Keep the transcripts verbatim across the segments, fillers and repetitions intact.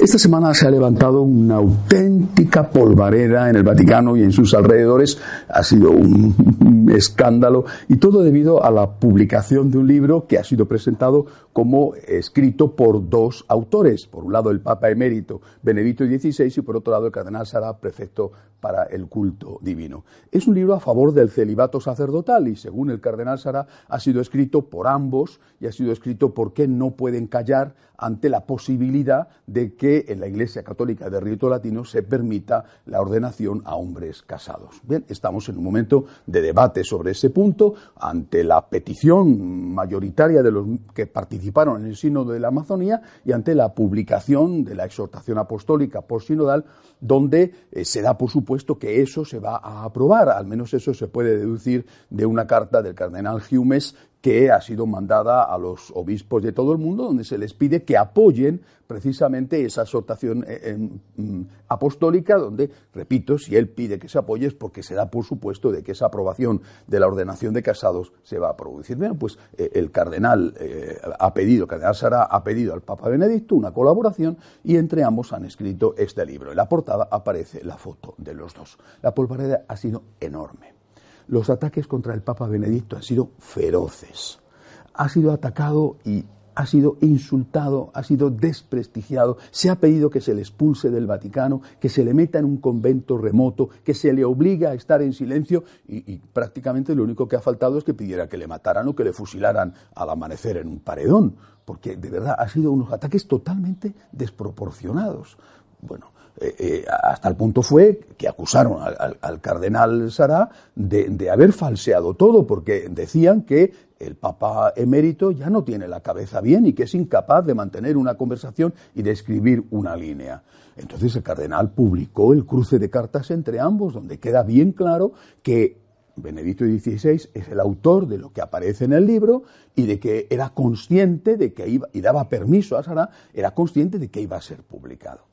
Esta semana se ha levantado una auténtica polvareda en el Vaticano y en sus alrededores. Ha sido un escándalo, y todo debido a la publicación de un libro que ha sido presentado como escrito por dos autores. Por un lado, el Papa emérito Benedicto dieciséis y por otro lado, el cardenal Sarah, prefecto para el culto divino. Es un libro a favor del celibato sacerdotal y, según el cardenal Sarah, ha sido escrito por ambos y ha sido escrito porque no pueden callar ante la posibilidad de que en la Iglesia Católica de Rito Latino se permita la ordenación a hombres casados. Bien, estamos en un momento de debate sobre ese punto, ante la petición mayoritaria de los que participaron en el Sínodo de la Amazonía y ante la publicación de la exhortación apostólica postsinodal, donde eh, se da por supuesto que eso se va a aprobar. Al menos eso se puede deducir de una carta del cardenal Humes que ha sido mandada a los obispos de todo el mundo, donde se les pide que apoyen precisamente esa exhortación eh, eh, apostólica, donde, repito, si él pide que se apoye es porque se da por supuesto de que esa aprobación de la ordenación de casados se va a producir. Bueno, pues eh, el cardenal eh, ha pedido, el cardenal Sarah ha pedido al Papa Benedicto una colaboración y entre ambos han escrito este libro. En la portada aparece la foto de los dos. La polvareda ha sido enorme. Los ataques contra el Papa Benedicto han sido feroces. Ha sido atacado y ha sido insultado, ha sido desprestigiado. Se ha pedido que se le expulse del Vaticano, que se le meta en un convento remoto, que se le obligue a estar en silencio y, y prácticamente lo único que ha faltado es que pidiera que le mataran o que le fusilaran al amanecer en un paredón, porque de verdad ha sido unos ataques totalmente desproporcionados. Bueno, Eh, eh, hasta el punto fue que acusaron al, al, al cardenal Sarah de, de haber falseado todo, porque decían que el Papa emérito ya no tiene la cabeza bien y que es incapaz de mantener una conversación y de escribir una línea. Entonces el cardenal publicó el cruce de cartas entre ambos, donde queda bien claro que Benedicto dieciséis es el autor de lo que aparece en el libro y de que era consciente de que iba, y daba permiso a Sarah, era consciente de que iba a ser publicado.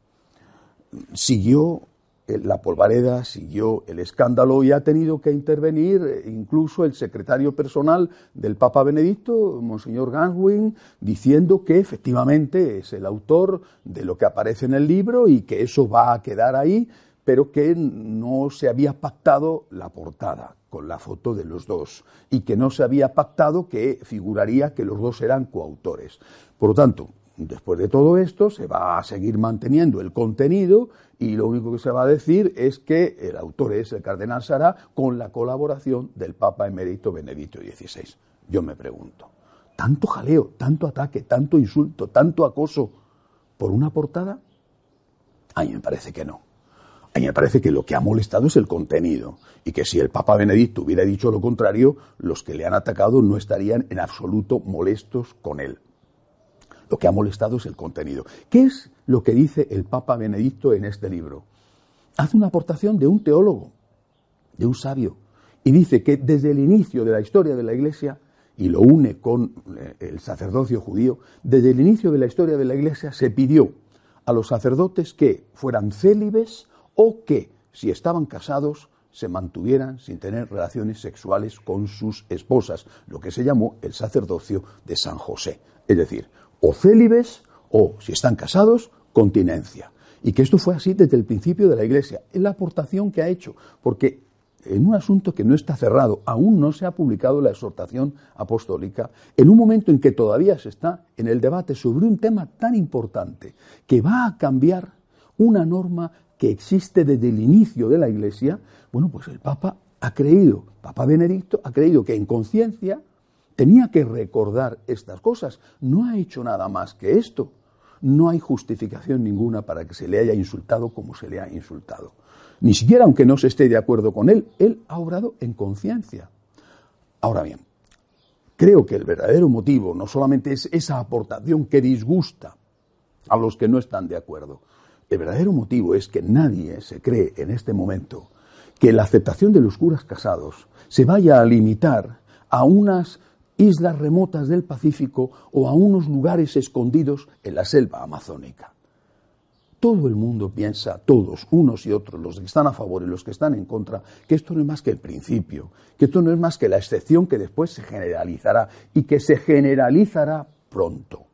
Siguió la polvareda, siguió el escándalo y ha tenido que intervenir incluso el secretario personal del Papa Benedicto, Monseñor Ganswin, diciendo que efectivamente es el autor de lo que aparece en el libro y que eso va a quedar ahí, pero que no se había pactado la portada con la foto de los dos y que no se había pactado que figuraría que los dos eran coautores. Por lo tanto, después de todo esto, se va a seguir manteniendo el contenido y lo único que se va a decir es que el autor es el cardenal Sarah con la colaboración del Papa emérito Benedicto dieciséis. Yo me pregunto, ¿tanto jaleo, tanto ataque, tanto insulto, tanto acoso por una portada? A mí me parece que no. A mí me parece que lo que ha molestado es el contenido y que si el Papa Benedicto hubiera dicho lo contrario, los que le han atacado no estarían en absoluto molestos con él. Lo que ha molestado es el contenido. ¿Qué es lo que dice el Papa Benedicto en este libro? Hace una aportación de un teólogo, de un sabio, y dice que desde el inicio de la historia de la Iglesia, y lo une con el sacerdocio judío, desde el inicio de la historia de la Iglesia se pidió a los sacerdotes que fueran célibes o que, si estaban casados, se mantuvieran sin tener relaciones sexuales con sus esposas, lo que se llamó el sacerdocio de San José. Es decir, o célibes, o, si están casados, continencia. Y que esto fue así desde el principio de la Iglesia. Es la aportación que ha hecho, porque en un asunto que no está cerrado, aún no se ha publicado la exhortación apostólica, en un momento en que todavía se está en el debate sobre un tema tan importante, que va a cambiar una norma que existe desde el inicio de la Iglesia, bueno, pues el Papa ha creído, Papa Benedicto ha creído que en conciencia tenía que recordar estas cosas. No ha hecho nada más que esto. No hay justificación ninguna para que se le haya insultado como se le ha insultado. Ni siquiera aunque no se esté de acuerdo con él, él ha obrado en conciencia. Ahora bien, creo que el verdadero motivo no solamente es esa aportación que disgusta a los que no están de acuerdo. El verdadero motivo es que nadie se cree en este momento que la aceptación de los curas casados se vaya a limitar a unas islas remotas del Pacífico o a unos lugares escondidos en la selva amazónica. Todo el mundo piensa, todos, unos y otros, los que están a favor y los que están en contra, que esto no es más que el principio, que esto no es más que la excepción que después se generalizará y que se generalizará pronto.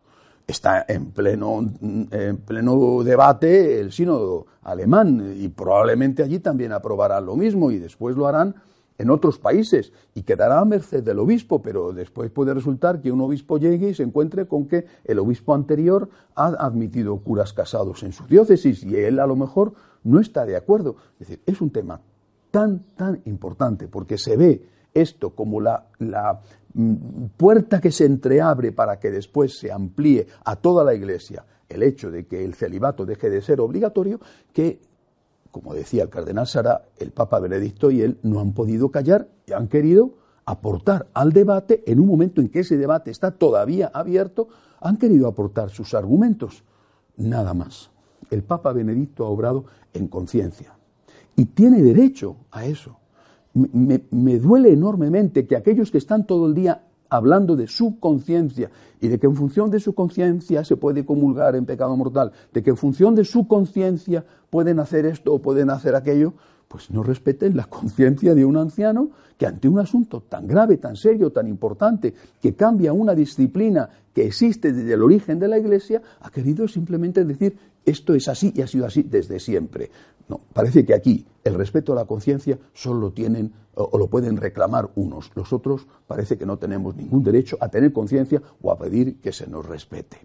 está en pleno, en pleno debate el sínodo alemán y probablemente allí también aprobarán lo mismo y después lo harán en otros países y quedará a merced del obispo, pero después puede resultar que un obispo llegue y se encuentre con que el obispo anterior ha admitido curas casados en su diócesis y él a lo mejor no está de acuerdo. Es decir, es un tema tan, tan importante porque se ve esto como la, la puerta que se entreabre para que después se amplíe a toda la Iglesia el hecho de que el celibato deje de ser obligatorio, que, como decía el cardenal Sará, el Papa Benedicto y él no han podido callar y han querido aportar al debate, en un momento en que ese debate está todavía abierto, han querido aportar sus argumentos. Nada más. El Papa Benedicto ha obrado en conciencia y tiene derecho a eso. Me, me duele enormemente que aquellos que están todo el día hablando de su conciencia y de que en función de su conciencia se puede comulgar en pecado mortal, de que en función de su conciencia pueden hacer esto o pueden hacer aquello, pues no respeten la conciencia de un anciano que ante un asunto tan grave, tan serio, tan importante, que cambia una disciplina que existe desde el origen de la Iglesia, ha querido simplemente decir esto es así y ha sido así desde siempre. No, parece que aquí el respeto a la conciencia solo lo tienen o, o lo pueden reclamar unos. Los otros parece que no tenemos ningún derecho a tener conciencia o a pedir que se nos respete.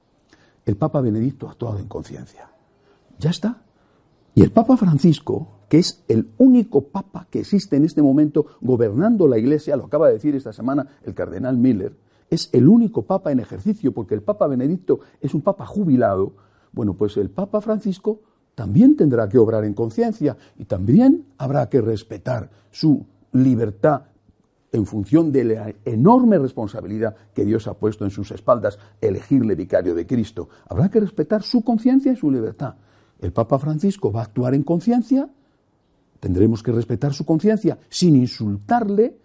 El Papa Benedicto ha actuado en conciencia. Ya está. Y el Papa Francisco, que es el único Papa que existe en este momento gobernando la Iglesia, lo acaba de decir esta semana el cardenal Miller, es el único Papa en ejercicio porque el Papa Benedicto es un Papa jubilado. Bueno, pues el Papa Francisco también tendrá que obrar en conciencia y también habrá que respetar su libertad en función de la enorme responsabilidad que Dios ha puesto en sus espaldas, elegirle vicario de Cristo. Habrá que respetar su conciencia y su libertad. El Papa Francisco va a actuar en conciencia, tendremos que respetar su conciencia sin insultarle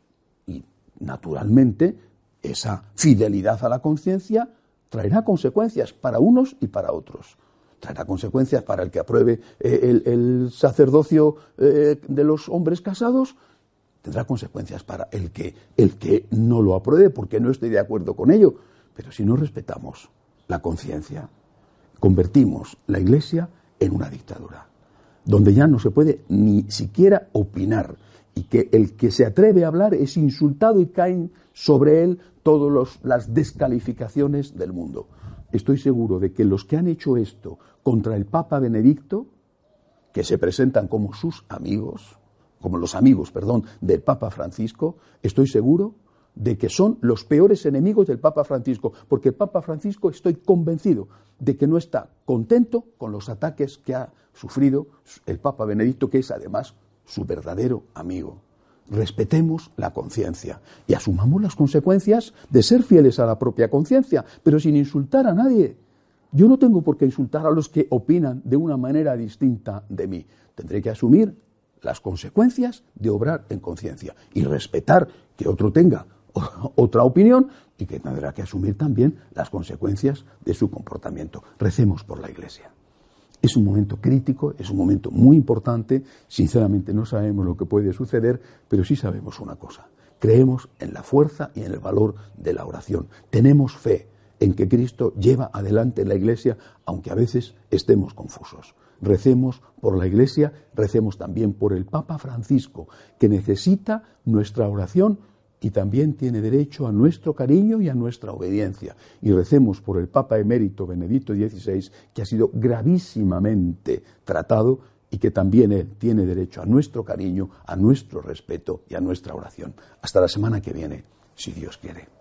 y, naturalmente, esa fidelidad a la conciencia traerá consecuencias para unos y para otros. Traerá consecuencias para el que apruebe eh, el, el sacerdocio eh, de los hombres casados, tendrá consecuencias para el que, el que no lo apruebe porque no esté de acuerdo con ello. Pero si no respetamos la conciencia, convertimos la Iglesia en una dictadura, donde ya no se puede ni siquiera opinar y que el que se atreve a hablar es insultado y caen sobre él todas las descalificaciones del mundo. Estoy seguro de que los que han hecho esto contra el Papa Benedicto, que se presentan como sus amigos, como los amigos, perdón, del Papa Francisco, estoy seguro de que son los peores enemigos del Papa Francisco, porque el Papa Francisco estoy convencido de que no está contento con los ataques que ha sufrido el Papa Benedicto, que es además su verdadero amigo. Respetemos la conciencia y asumamos las consecuencias de ser fieles a la propia conciencia, pero sin insultar a nadie. Yo no tengo por qué insultar a los que opinan de una manera distinta de mí. Tendré que asumir las consecuencias de obrar en conciencia y respetar que otro tenga otra opinión y que tendrá que asumir también las consecuencias de su comportamiento. Recemos por la Iglesia. Es un momento crítico, es un momento muy importante. Sinceramente no sabemos lo que puede suceder, pero sí sabemos una cosa. Creemos en la fuerza y en el valor de la oración. Tenemos fe en que Cristo lleva adelante la Iglesia, aunque a veces estemos confusos. Recemos por la Iglesia, recemos también por el Papa Francisco, que necesita nuestra oración y también tiene derecho a nuestro cariño y a nuestra obediencia. Y recemos por el Papa emérito Benedicto dieciséis, que ha sido gravísimamente tratado y que también él tiene derecho a nuestro cariño, a nuestro respeto y a nuestra oración. Hasta la semana que viene, si Dios quiere.